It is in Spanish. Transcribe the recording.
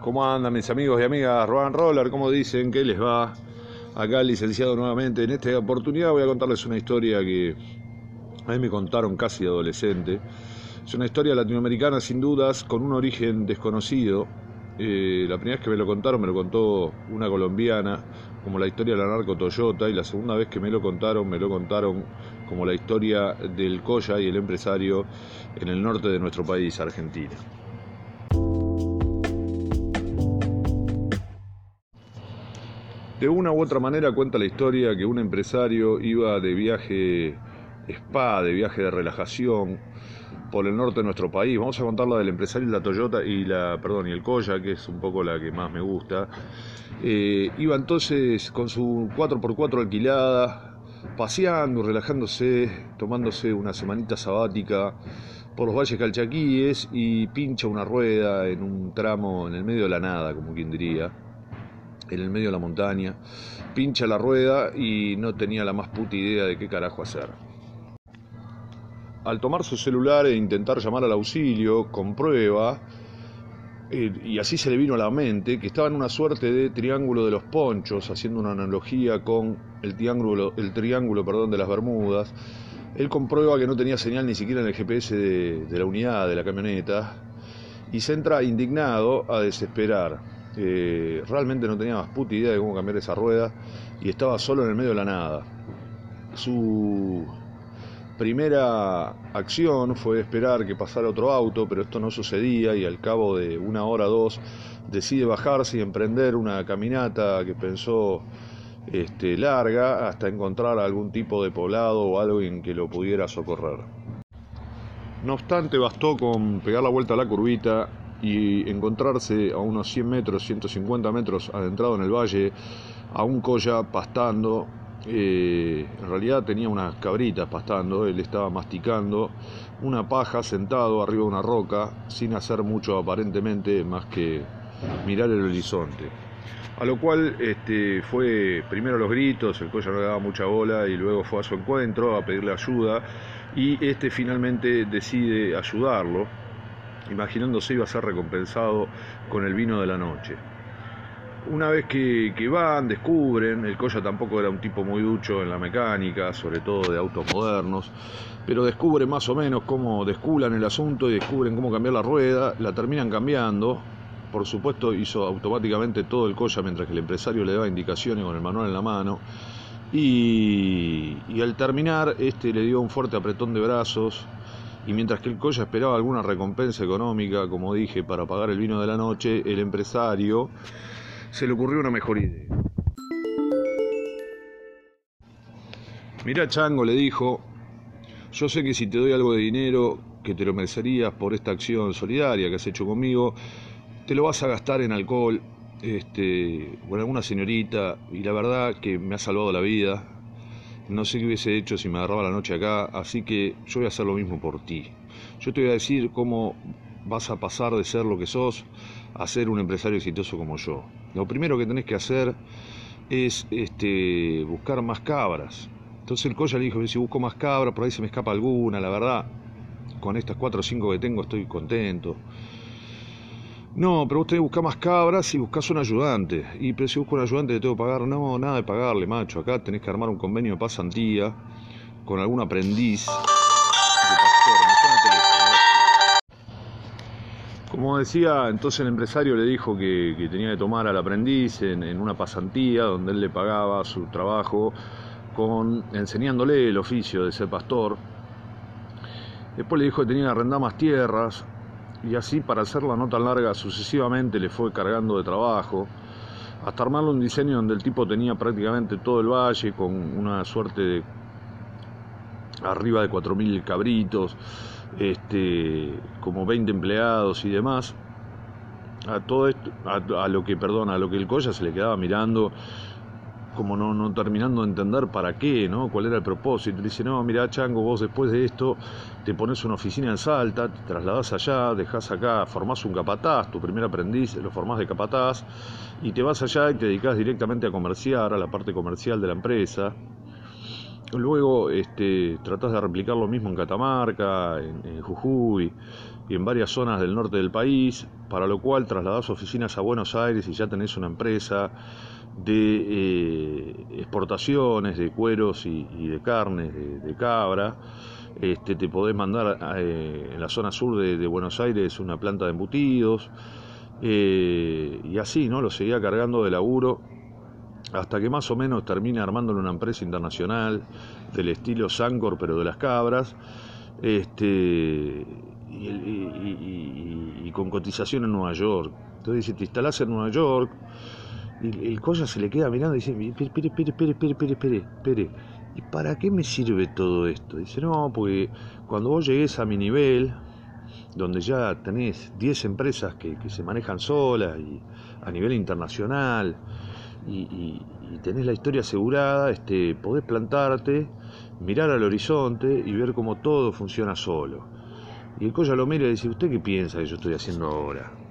¿Cómo andan mis amigos y amigas Rock and Roller? ¿Cómo dicen? ¿Qué les va? Acá el licenciado nuevamente. En esta oportunidad voy a contarles una historia que a mí me contaron casi de adolescente. Es una historia latinoamericana sin dudas, con un origen desconocido. La primera vez que me lo contó una colombiana, como la historia de la narco Toyota, y la segunda vez que me lo contaron como la historia del Colla y el empresario en el norte de nuestro país, Argentina. De una u otra manera cuenta la historia que un empresario iba de viaje spa, de viaje de relajación por el norte de nuestro país. Vamos a contar la del empresario y la Toyota y el Colla, que es un poco la que más me gusta. Iba entonces con su 4x4 alquilada, paseando, relajándose, tomándose una semanita sabática por los valles calchaquíes, y pincha una rueda en un tramo en el medio de la nada, como quien diría, en el medio de la montaña. Pincha la rueda y no tenía la más puta idea de qué carajo hacer. Al tomar su celular e intentar llamar al auxilio, comprueba, y así se le vino a la mente, que estaba en una suerte de triángulo de los ponchos, haciendo una analogía con el triángulo de las Bermudas. Él comprueba que no tenía señal ni siquiera en el GPS de la unidad, de la camioneta, y se entra indignado a desesperar. Realmente no tenía más puta idea de cómo cambiar esa rueda y estaba solo en el medio de la nada. Su primera acción fue esperar que pasara otro auto, pero esto no sucedía, y al cabo de una hora o dos decide bajarse y emprender una caminata que pensó larga, hasta encontrar algún tipo de poblado o algo en que lo pudiera socorrer. No obstante, bastó con pegar la vuelta a la curvita y encontrarse a unos 100 metros, 150 metros adentrado en el valle, a un Colla pastando. En realidad tenía unas cabritas pastando. Él estaba masticando una paja sentado arriba de una roca, sin hacer mucho aparentemente, más que mirar el horizonte. A lo cual fue primero los gritos, el Colla no le daba mucha bola, y luego fue a su encuentro a pedirle ayuda, y finalmente decide ayudarlo, imaginándose iba a ser recompensado con el vino de la noche. Una vez que van, descubren, el Colla tampoco era un tipo muy ducho en la mecánica, sobre todo de autos modernos, pero descubre más o menos cómo desculan el asunto y descubren cómo cambiar la rueda, la terminan cambiando. Por supuesto hizo automáticamente todo el Colla, mientras que el empresario le daba indicaciones con el manual en la mano, y al terminar le dio un fuerte apretón de brazos. Y mientras que el Colla esperaba alguna recompensa económica, como dije, para pagar el vino de la noche, el empresario se le ocurrió una mejor idea. Mirá, chango, le dijo, yo sé que si te doy algo de dinero que te lo merecerías por esta acción solidaria que has hecho conmigo, te lo vas a gastar en alcohol, con alguna señorita, y la verdad que me ha salvado la vida. No sé qué hubiese hecho si me agarraba la noche acá, así que yo voy a hacer lo mismo por ti. Yo te voy a decir cómo vas a pasar de ser lo que sos a ser un empresario exitoso como yo. Lo primero que tenés que hacer es buscar más cabras. Entonces el Colla le dijo, si busco más cabras, por ahí se me escapa alguna, la verdad, con estas 4 o 5 que tengo estoy contento. No, pero vos tenés que buscar más cabras y buscás un ayudante. Pero si busco un ayudante, ¿te tengo que pagar? No, nada de pagarle, macho. Acá tenés que armar un convenio de pasantía con algún aprendiz de pastor. Como decía, entonces el empresario le dijo que tenía que tomar al aprendiz en una pasantía donde él le pagaba su trabajo enseñándole el oficio de ser pastor. Después le dijo que tenía que arrendar más tierras. Y así, para hacerla no tan larga, sucesivamente le fue cargando de trabajo, hasta armarle un diseño donde el tipo tenía prácticamente todo el valle, con una suerte de arriba de 4.000 cabritos, como 20 empleados y demás. A todo esto, a lo que el Colla se le quedaba mirando, como no terminando de entender para qué, ¿no? Cuál era el propósito. Le dice, no, mirá, chango, vos después de esto te pones una oficina en Salta, te trasladás allá, dejás acá, formás un capataz, tu primer aprendiz lo formás de capataz, y te vas allá y te dedicás directamente a comerciar, a la parte comercial de la empresa, Luego tratás de replicar lo mismo en Catamarca, en Jujuy y en varias zonas del norte del país, para lo cual trasladás oficinas a Buenos Aires y ya tenés una empresa de exportaciones de cueros y de carnes de cabra. Te podés mandar en la zona sur de Buenos Aires una planta de embutidos, y así, ¿no? Lo seguía cargando de laburo hasta que más o menos termina armándole una empresa internacional del estilo Sancor, pero de las cabras, y con cotización en Nueva York. Entonces dice, te instalás en Nueva York, y el Colla se le queda mirando y dice, espere, ¿y para qué me sirve todo esto? Dice, no, porque cuando vos llegues a mi nivel, donde ya tenés 10 empresas que se manejan solas y a nivel internacional, y tenés la historia asegurada, podés plantarte, mirar al horizonte y ver cómo todo funciona solo. Y el Colla lo mira y dice, ¿usted qué piensa que yo estoy haciendo ahora?